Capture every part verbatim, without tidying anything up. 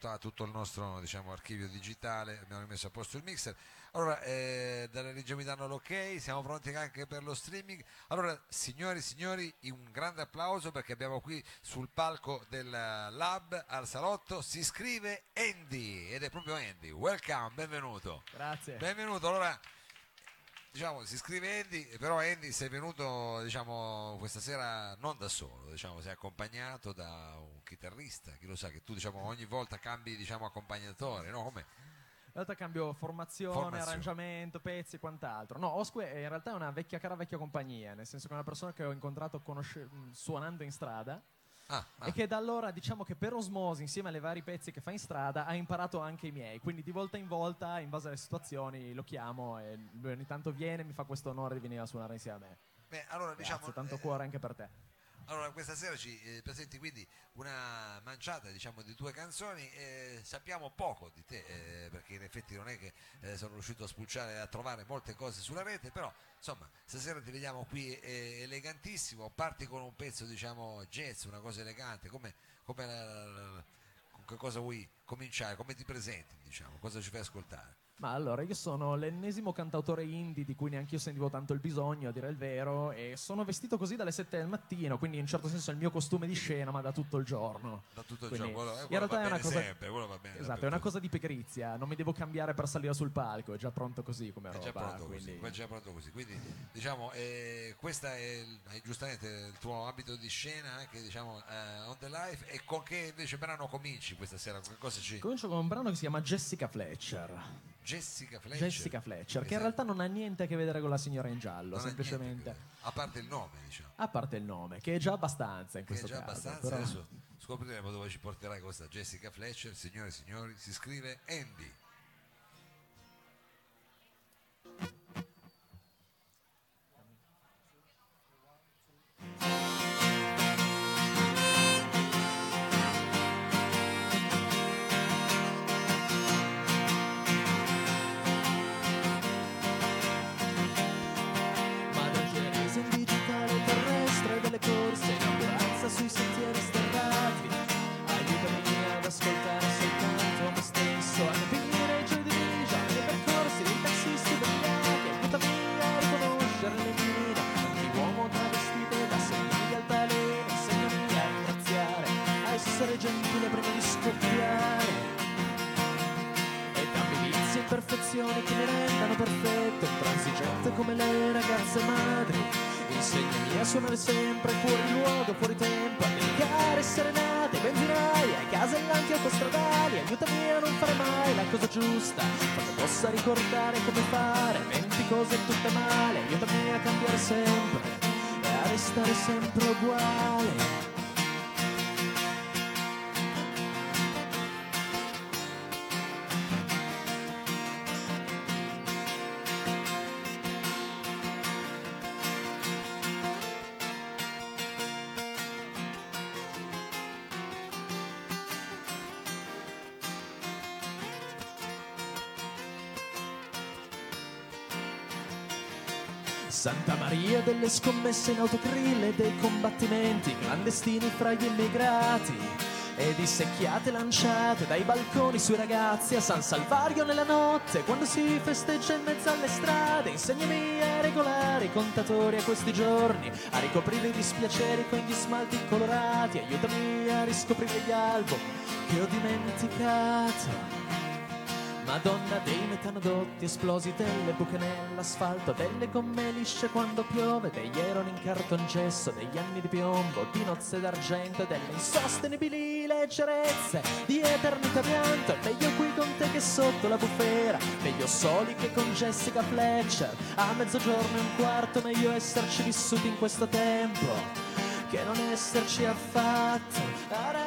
portato tutto il nostro, diciamo, archivio digitale, abbiamo rimesso a posto il mixer. Allora, eh, dalla regia mi danno l'ok, siamo pronti anche per lo streaming. Allora, signori e signori, un grande applauso perché abbiamo qui sul palco del Lab al salotto, si scrive Andy, ed è proprio Andy. Welcome, benvenuto. Grazie. Benvenuto. Allora, diciamo, si scrive Andy, però Andy sei venuto, diciamo, questa sera non da solo, diciamo, sei accompagnato da un chitarrista, chi lo sa che tu, diciamo, ogni volta cambi, diciamo, accompagnatore, no? Come? In realtà cambio formazione, Formazione. arrangiamento, pezzi e quant'altro. No, Osque in realtà è una vecchia cara vecchia compagnia, nel senso che è una persona che ho incontrato conosce- suonando in strada Ah, ah. e che da allora, diciamo che per osmosi, insieme ai vari pezzi che fa in strada, ha imparato anche i miei. Quindi di volta in volta, in base alle situazioni, lo chiamo e lui ogni tanto viene e mi fa questo onore di venire a suonare insieme a me. Beh, allora, Grazie, diciamo, tanto eh, cuore anche per te. allora, questa sera ci eh, presenti quindi una manciata, diciamo, di tue canzoni. Eh, sappiamo poco di te, eh, perché in effetti non è che eh, sono riuscito a spulciare e a trovare molte cose sulla rete, però insomma stasera ti vediamo qui eh, elegantissimo. Parti con un pezzo, diciamo, jazz, una cosa elegante. Come, come la- la- la- con che cosa vuoi cominciare? Come ti presenti, diciamo? Cosa ci fai ascoltare? Ma allora, io sono l'ennesimo cantautore indie di cui neanche io sentivo tanto il bisogno, a dire il vero, e sono vestito così dalle sette del mattino, quindi in un certo senso è il mio costume di scena, ma da tutto il giorno. Da tutto il Quindi, giorno, quello, eh, in quello realtà va è una bene cosa, sempre, quello va bene esatto, è una dappertutto. cosa di pigrizia, non mi devo cambiare per salire sul palco, è già pronto così come È roba. già pronto quindi... così, è già pronto così. Quindi diciamo, eh, questa è, il- è giustamente il tuo ambito di scena, anche, diciamo, eh, on the life. E con che invece brano cominci questa sera? Con che cosa ci... Comincio con un brano che si chiama Jessica Fletcher. Jessica Fletcher. Jessica Fletcher, che in Esatto. realtà non ha niente a che vedere con la signora in giallo, Non ha niente semplicemente a che vedere. A parte il nome, diciamo, a parte il nome, che è già abbastanza in che è questo già caso. abbastanza. però- Adesso scopriremo dove ci porterai questa Jessica Fletcher. Signore e signori, si scrive Andy. Madre Teresa in digitale terrestre delle corse in ambulanza sui sentieri sterrati. Aiutami ad ascoltare soltanto me stesso, a capire i giochi di vita nei percorsi dei taxisti ubriachi. Aiutami a riconoscere le mine anti-uomo travestite da semiglie al baleno. Insegnami a ringraziare, a essere gentile prima di scoppiare. E dammi vizi e imperfezioni che mi rendano perfetto, intransigente come le ragazze madri. Insegnami a suonare sempre fuori luogo, fuori tempo, a dedicare serenate ai benzinai, ai casellanti autostradali. Aiutami a non fare mai la cosa giusta, quando possa ricordare come fare venti cose tutte male. Aiutami a cambiare sempre e a restare sempre uguale. Santa Maria delle scommesse in autogrill e dei combattimenti clandestini fra gli immigrati e di secchiate lanciate dai balconi sui ragazzi a San Salvario nella notte quando si festeggia in mezzo alle strade. Insegnami a regolare i contatori a questi giorni, a ricoprire i dispiaceri con gli smalti colorati. Aiutami a riscoprire gli album che ho dimenticato. Madonna dei metanodotti esplosi, delle buche nell'asfalto, delle gomme lisce quando piove, degli aeroni in cartongesso, degli anni di piombo, di nozze d'argento e delle insostenibili leggerezze di eternità pianto. Meglio qui con te che sotto la bufera, meglio soli che con Jessica Fletcher. A mezzogiorno e un quarto meglio esserci vissuti in questo tempo che non esserci affatto.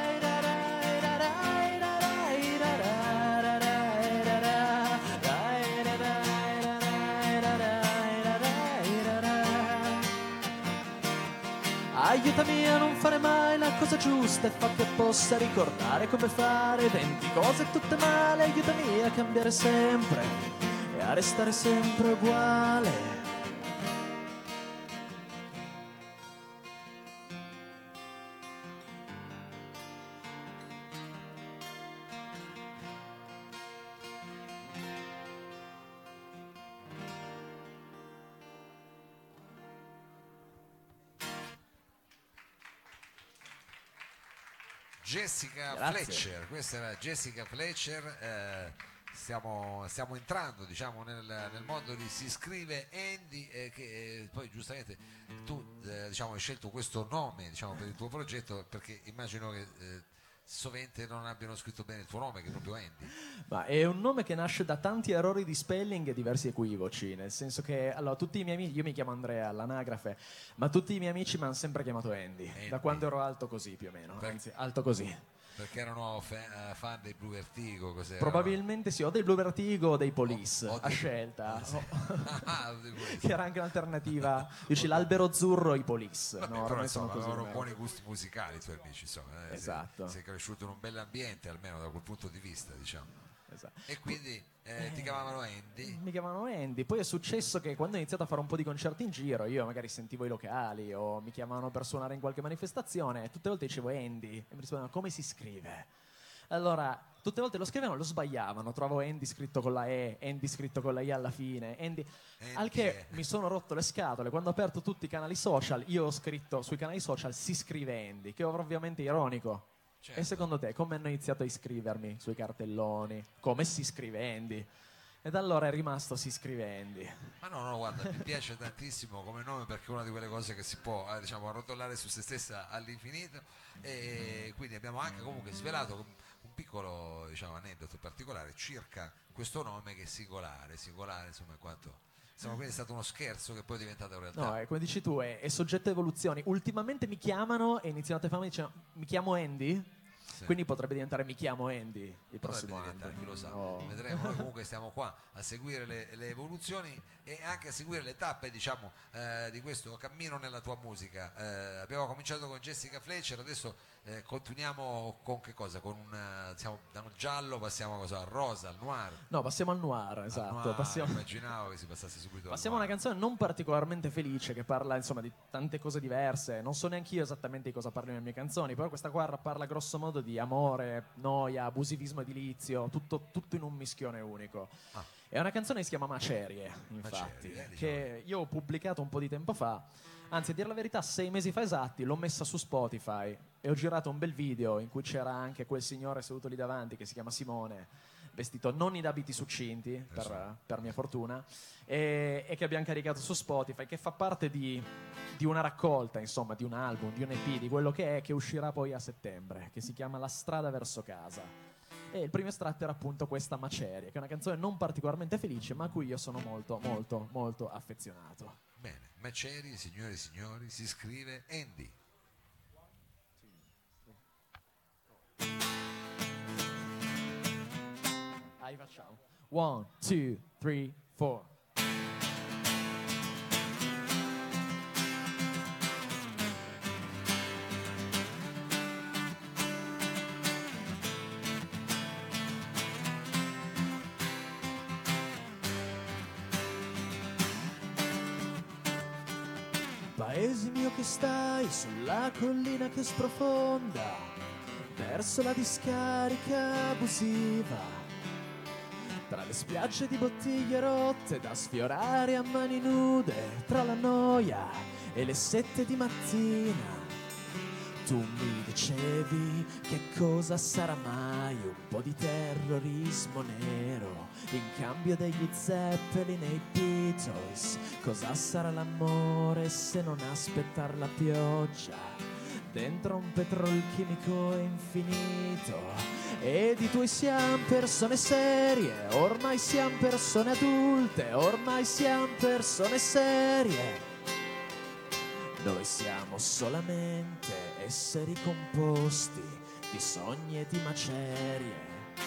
Aiutami a non fare mai la cosa giusta e fa che possa ricordare come fare venti cose tutte male. Aiutami a cambiare sempre e a restare sempre uguale. Jessica Grazie. Fletcher, questa era Jessica Fletcher. eh, stiamo, stiamo entrando, diciamo, nel, nel mondo di Si scrive Andy, eh, che eh, poi giustamente tu eh, diciamo, hai scelto questo nome, diciamo, per il tuo progetto, perché immagino che eh, sovente non abbiano scritto bene il tuo nome, che è proprio Andy. Ma è un nome che nasce da tanti errori di spelling e diversi equivoci, nel senso che allora tutti i miei amici, io mi chiamo Andrea all'anagrafe, ma tutti i miei amici mi hanno sempre chiamato Andy, Andy. da quando ero alto così più o meno, Per- anzi alto così. Perché erano fa- fan dei Blue Vertigo, cos'era? Probabilmente sì, o dei Blue Vertigo o dei Police, O- o a dei- scelta. Ah, sì. O- Ah, dei Police. che era anche un'alternativa. Dici l'albero azzurro, i Police. Vabbè, No, però ormai sono insomma così. avevano vero? buoni gusti musicali i tuoi amici, insomma, eh, sei- Esatto. sei, cresciuto in un bell'ambiente, almeno da quel punto di vista, diciamo. Esatto. E quindi eh, ti chiamavano Andy. Mi chiamavano Andy, poi è successo che quando ho iniziato a fare un po' di concerti in giro, io magari sentivo i locali o mi chiamavano per suonare in qualche manifestazione, e tutte le volte dicevo Andy e mi rispondevano come si scrive? Allora, tutte le volte lo scrivevano, lo sbagliavano, trovavo Andy scritto con la E, Andy scritto con la I alla fine, Andy... Andy Al che è- mi sono rotto le scatole, quando ho aperto tutti i canali social, io ho scritto sui canali social si scrive Andy, che è ovviamente ironico. Certo. E secondo te, come hanno iniziato a iscrivermi sui cartelloni? Come si scrive Andy? E da allora è rimasto si scrive Andy. Ma no, no, guarda, mi piace tantissimo come nome, perché è una di quelle cose che si può, eh, diciamo, arrotolare su se stessa all'infinito, e quindi abbiamo anche comunque svelato un un piccolo, diciamo, aneddoto particolare circa questo nome, che è singolare, singolare insomma, in quanto insomma, quindi è stato uno scherzo che poi è diventato realtà. No, è come dici tu, è, è soggetto a evoluzioni. Ultimamente mi chiamano e iniziano a te fama e dicono mi chiamo Andy? Sì. Quindi potrebbe diventare mi chiamo Andy il prossimo Potrebbe anno. diventare, chi lo sa, Oh. vedremo. Noi comunque stiamo qua a seguire le, le evoluzioni e anche a seguire le tappe, diciamo, eh, di questo cammino nella tua musica. Eh, abbiamo cominciato con Jessica Fletcher, adesso eh, continuiamo con che cosa? Con un, eh, siamo da un giallo, passiamo cosa, al rosa, al noir. No, passiamo al noir, Al esatto. noir, Passiamo, immaginavo che si passasse subito al passiamo a una noir. canzone non particolarmente felice che parla insomma di tante cose diverse. Non so neanche io esattamente di cosa parlino le mie canzoni, però questa qua parla grosso modo di amore, noia, abusivismo edilizio, tutto, tutto in un mischione unico. Ah. È una canzone che si chiama Macerie, infatti, Macerie, eh, che io ho pubblicato un po' di tempo fa. Anzi, a dire la verità, sei mesi fa esatti, l'ho messa su Spotify e ho girato un bel video in cui c'era anche quel signore seduto lì davanti che si chiama Simone, vestito non in abiti succinti, per, Esatto. per mia fortuna, e, e che abbiamo caricato su Spotify, che fa parte di, di una raccolta, insomma, di un album, di un E P, di quello che è, che uscirà poi a settembre, che si chiama La strada verso casa. E il primo estratto era appunto questa Macerie, che è una canzone non particolarmente felice, ma a cui io sono molto, molto, molto affezionato. Bene, Maceri, signore e signori, si scrive Andy. Ahí facciamo. One, two, three, four. Paese mio che stai sulla collina che sprofonda verso la discarica abusiva, tra le spiagge di bottiglie rotte da sfiorare a mani nude, tra la noia e le sette di mattina. Tu mi dicevi che cosa sarà mai un po' di terrorismo nero in cambio degli Zeppelin e i Beatles. Cosa sarà l'amore se non aspettar la pioggia dentro un petrolchimico infinito? Ed i tuoi siamo persone serie, ormai siamo persone adulte, ormai siamo persone serie. Noi siamo solamente esseri composti di sogni e di macerie.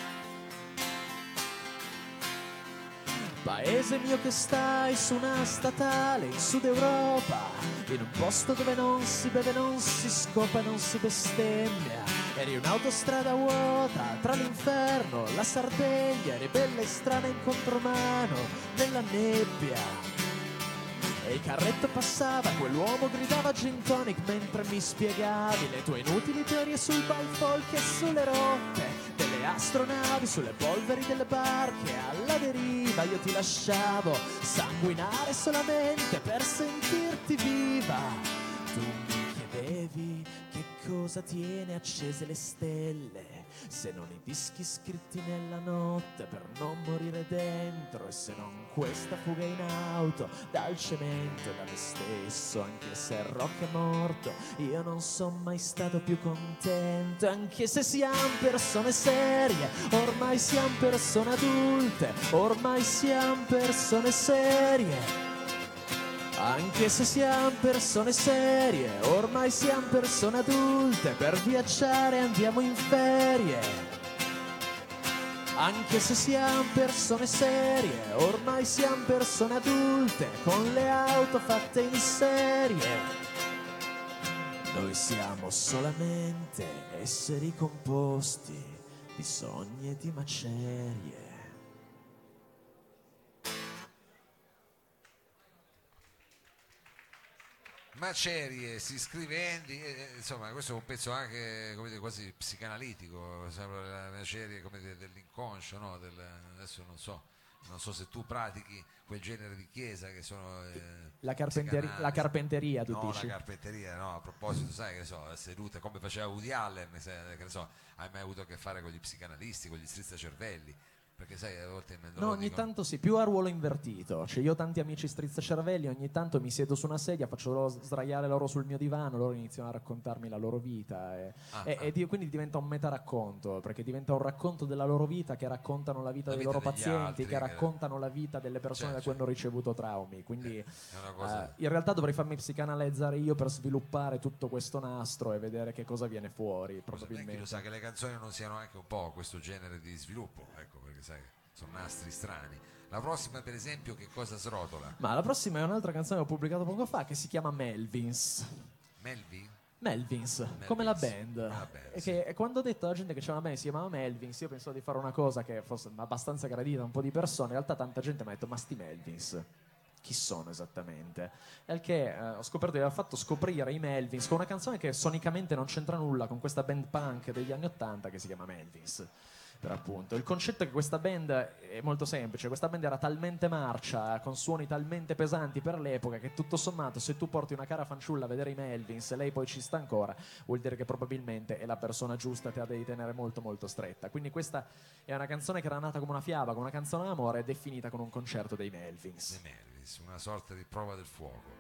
Paese mio che stai su una statale in Sud Europa, in un posto dove non si beve, non si scopa, non si bestemmia. Eri un'autostrada vuota tra l'inferno, la Sardegna, eri bella e strana in contromano nella nebbia. E il carretto passava, quell'uomo gridava gin tonic mentre mi spiegavi le tue inutili teorie sul bifolk e sulle rotte delle astronavi, sulle polveri delle barche alla deriva. Io ti lasciavo sanguinare solamente per sentirti viva. Tu mi chiedevi che cosa tiene accese le stelle se non i dischi scritti nella notte per non morire dentro, e se non questa fuga in auto dal cemento e da me stesso. Anche se il rock è morto io non sono mai stato più contento, anche se siamo persone serie, ormai siamo persone adulte, ormai siamo persone serie. Anche se siamo persone serie, ormai siamo persone adulte, per viaggiare andiamo in ferie. Anche se siamo persone serie, ormai siamo persone adulte, con le auto fatte in serie. Noi siamo solamente esseri composti di sogni e di macerie. Macerie, si scrivendi, eh, insomma questo è un pezzo anche, come dire, quasi psicanalitico, sembra la macerie, come dire, dell'inconscio, no? Del, adesso non so, non so se tu pratichi quel genere di chiesa che sono eh, la, carpenteri- la carpenteria, tu no, dici? la carpenteria, no, a proposito, sai, che ne so, sedute come faceva Woody Allen, se, che ne so, hai mai avuto a che fare con gli psicanalisti, con gli strizzacervelli? Perché sai, a volte me No, ogni dicono... tanto sì, più a ruolo invertito. Cioè, io ho tanti amici strizzacervelli, ogni tanto mi siedo su una sedia, faccio loro sdraiare loro sul mio divano, loro iniziano a raccontarmi la loro vita e, ah, e, ah. e di- quindi diventa un metaracconto, perché diventa un racconto della loro vita, che raccontano la vita La dei vita loro degli pazienti, altri, che che- raccontano la vita delle persone Certo, da cui hanno ricevuto traumi. Quindi Eh, è una cosa... eh, in realtà dovrei farmi psicanalizzare io per sviluppare tutto questo nastro e vedere che cosa viene fuori, Forse chi probabilmente. lo sa che le canzoni non siano anche un po' questo genere di sviluppo, ecco, perché sai, sono nastri strani. La prossima, per esempio, che cosa srotola? Ma la prossima è un'altra canzone che ho pubblicato poco fa, che si chiama Melvins. Melvin? Melvins, come la band. come la band, E sì. che quando ho detto alla gente che c'era una band si chiamava Melvins, io pensavo di fare una cosa che fosse abbastanza gradita a un po' di persone. In realtà tanta gente mi ha detto: ma sti Melvins chi sono esattamente? E al che eh, ho scoperto di aver fatto scoprire i Melvins con una canzone che sonicamente non c'entra nulla con questa band punk degli anni ottanta che si chiama Melvins. Per appunto, il concetto è che questa band è molto semplice. Questa band era talmente marcia, con suoni talmente pesanti per l'epoca, che tutto sommato, se tu porti una cara fanciulla a vedere i Melvins e lei poi ci sta ancora, vuol dire che probabilmente è la persona giusta, te la devi tenere molto molto stretta. Quindi questa è una canzone che era nata come una fiaba, come una canzone d'amore, ed è finita con un concerto dei Melvins. The Melvins, una sorta di prova del fuoco.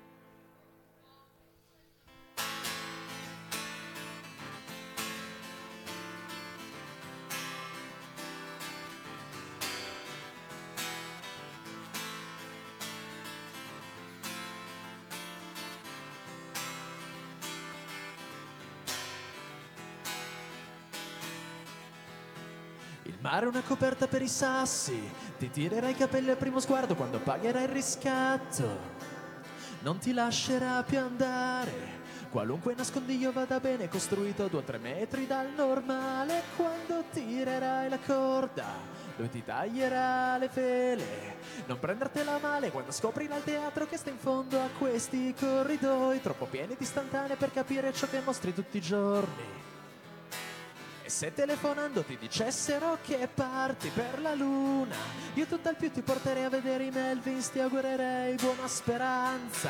Il mare è una coperta per i sassi, ti tirerai i capelli al primo sguardo quando pagherai il riscatto. Non ti lascerà più andare, qualunque nascondiglio vada bene, costruito a due o tre metri dal normale. Quando tirerai la corda, lui ti taglierà le vele. Non prendertela male quando scoprirai il teatro che sta in fondo a questi corridoi, troppo pieni di istantanee per capire ciò che mostri tutti i giorni. E se telefonando ti dicessero che parti per la luna, io tutt'al più ti porterei a vedere i Melvins, ti augurerei buona speranza.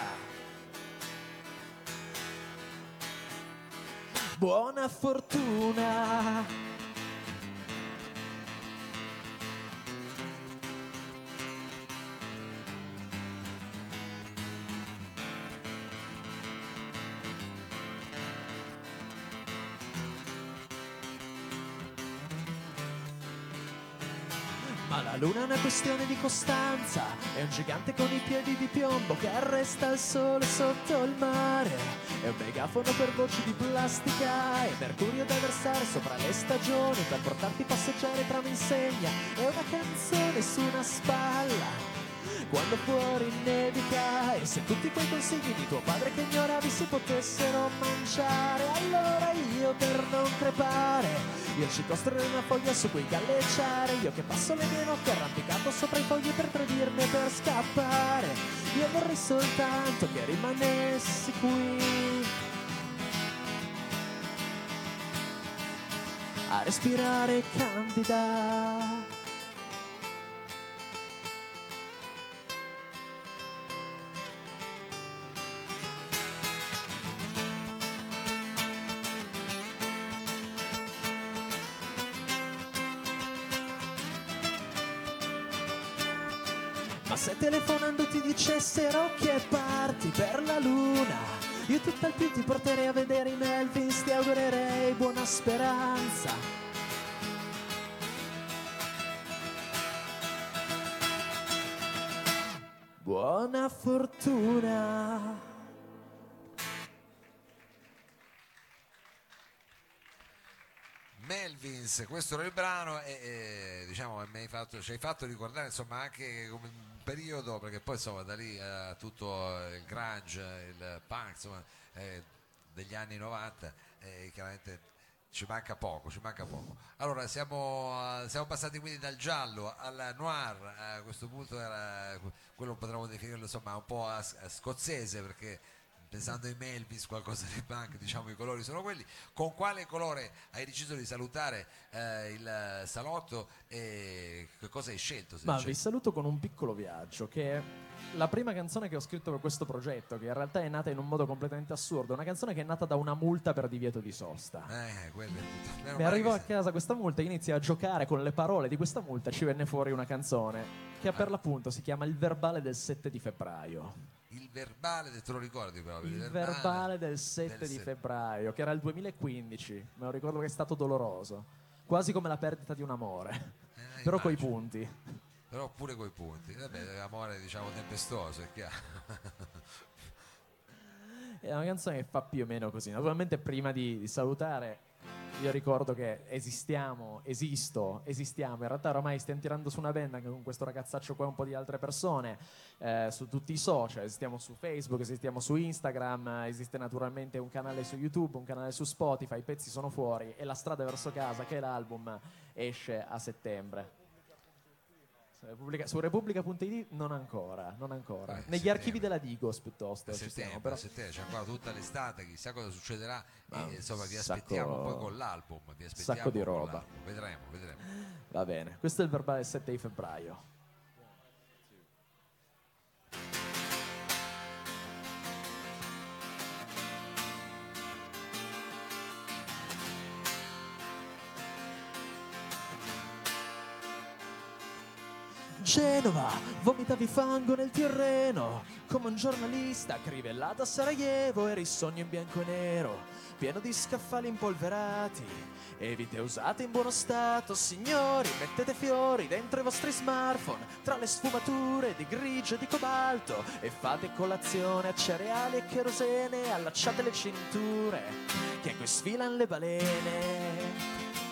Buona fortuna. Ma la luna è una questione di costanza, è un gigante con i piedi di piombo che arresta il sole sotto il mare. È un megafono per voci di plastica, è mercurio da versare sopra le stagioni per portarti a passeggiare tra un'insegna. È una canzone su una spalla quando fuori nevica, e se tutti quei consigli di tuo padre che ignoravi si potessero mangiare, allora io per non crepare, io ci costruirei una foglia su cui galleggiare, io che passo le mie notti arrampicato sopra i fogli per tradirne per scappare. Io vorrei soltanto che rimanessi qui a respirare candida. Ma se telefonando ti dicessero che parti per la luna, io tutt'al più ti porterei a vedere i Melvins, ti augurerei buona speranza. Buona fortuna. Melvins, questo era il brano e, e diciamo mi hai fatto, ci hai fatto ricordare insomma anche come un periodo, perché poi insomma da lì eh, tutto il grunge, il punk insomma eh, degli anni novanta, eh, chiaramente ci manca poco, ci manca poco. Allora siamo, eh, siamo passati quindi dal giallo al noir, a questo punto era quello potremmo definirlo insomma un po' a, a scozzese, perché pensando ai Melvis, qualcosa di punk, diciamo i colori sono quelli. Con quale colore hai deciso di salutare eh, il salotto e che cosa hai scelto? Ma vi saluto con un piccolo viaggio, che è la prima canzone che ho scritto per questo progetto, che in realtà è nata in un modo completamente assurdo, una canzone che è nata da una multa per divieto di sosta. Eh, quello è tutto. Mi arrivo a casa questa multa, inizio a giocare con le parole di questa multa, ci venne fuori una canzone che per l'appunto si chiama Il verbale del sette di febbraio. Il verbale, te lo ricordi proprio? Il, il verbale, verbale del sette del di se... febbraio, che era il duemilaquindici, me lo ricordo che è stato doloroso, quasi come la perdita di un amore, eh, però coi punti. Però pure coi punti, vabbè, amore diciamo tempestoso, è chiaro. È una canzone che fa più o meno così. Naturalmente prima di, di salutare io ricordo che esistiamo, esisto, esistiamo, in realtà ormai stiamo tirando su una band anche con questo ragazzaccio qua e un po' di altre persone, eh, su tutti i social, esistiamo su Facebook, esistiamo su Instagram, esiste naturalmente un canale su YouTube, un canale su Spotify, i pezzi sono fuori e La strada verso casa, che è l'album, esce a settembre. Repubblica, su Repubblica punto it non ancora, non ancora. Eh, Negli settembre. archivi della Digos piuttosto ci stiamo, però. Settembre, c'è ancora tutta l'estate, chissà cosa succederà e, insomma vi sacco, aspettiamo poi con l'album, vi aspettiamo sacco di roba. Vedremo, vedremo. Va bene, questo è il verbale del sette di febbraio. Genova, vomitavi fango nel Tirreno, come un giornalista crivellato a Sarajevo, eri sogno in bianco e nero, pieno di scaffali impolverati e vite usate in buono stato. Signori, mettete fiori dentro i vostri smartphone, tra le sfumature di grigio e di cobalto, e fate colazione a cereali e cherosene, allacciate le cinture che qui sfilano le balene.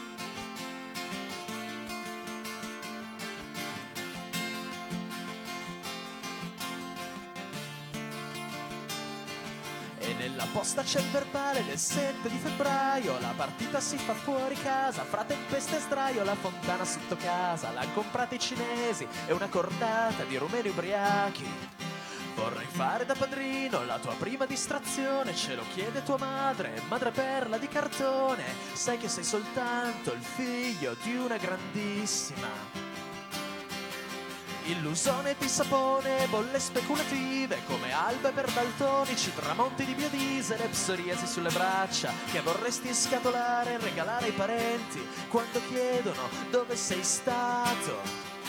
Nella posta c'è il verbale del sette di febbraio, la partita si fa fuori casa, fra tempeste e sdraio, la fontana sotto casa, l'han comprata i cinesi e una cordata di rumeni ubriachi. Vorrei fare da padrino la tua prima distrazione, ce lo chiede tua madre, madreperla di cartone, sai che sei soltanto il figlio di una grandissima. Illusone di sapone, bolle speculative, come albe per daltonici, tramonti di biodiesel e psoriasi sulle braccia, che vorresti scatolare e regalare ai parenti quando chiedono dove sei stato.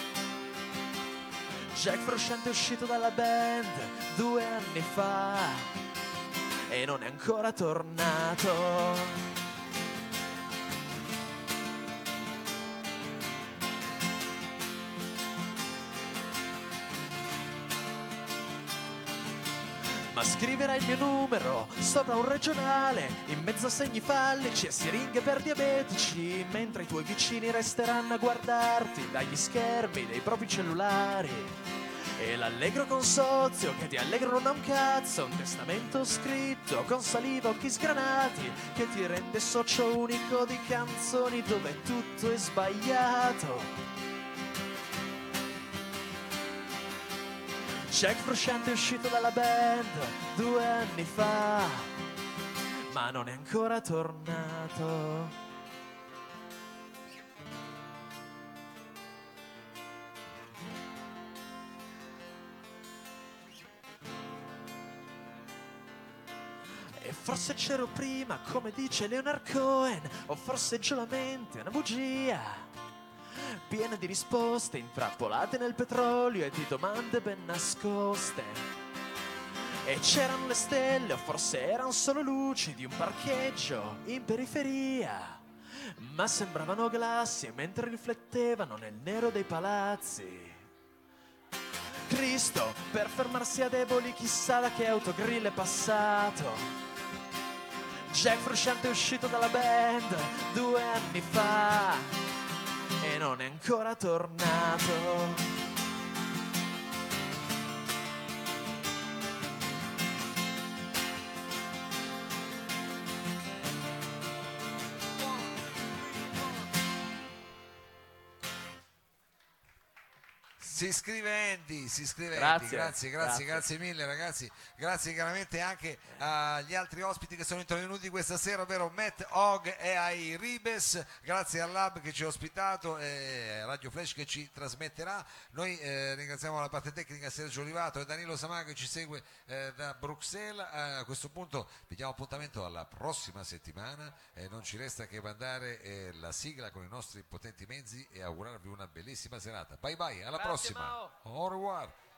Jack Frusciante è uscito dalla band due anni fa e non è ancora tornato. Ma scriverai il mio numero sopra un regionale, in mezzo a segni fallici e siringhe per diabetici, mentre i tuoi vicini resteranno a guardarti dagli schermi dei propri cellulari. E l'allegro consozio che ti allegro non ha un cazzo, un testamento scritto con saliva, occhi sgranati, che ti rende socio unico di canzoni dove tutto è sbagliato. Jack Frusciante è uscito dalla band due anni fa, ma non è ancora tornato. E forse c'ero prima, come dice Leonard Cohen, o forse già la mente è una bugia. piene di risposte intrappolate nel petrolio e di domande ben nascoste. E c'erano le stelle, o forse erano solo luci di un parcheggio in periferia, ma sembravano galassie mentre riflettevano nel nero dei palazzi. Cristo, per fermarsi a deboli, chissà da che autogrill è passato. Jack Frusciante è uscito dalla band due anni fa e non è ancora tornato. Si scrive Andy, si scrive Grazie, Andy. Grazie, grazie, grazie. grazie mille ragazzi. Grazie chiaramente anche agli altri ospiti che sono intervenuti questa sera, ovvero Matt Hogg e ai Ribes. Grazie al Lab che ci ha ospitato e a Radio Flash che ci trasmetterà. Noi eh, ringraziamo la parte tecnica Sergio Olivato e Danilo Samago che ci segue eh, da Bruxelles. Eh, a questo punto vi diamo appuntamento alla prossima settimana e non ci resta che mandare eh, la sigla con i nostri potenti mezzi e augurarvi una bellissima serata. Bye bye, alla Grazie, prossima. Mao. Au revoir.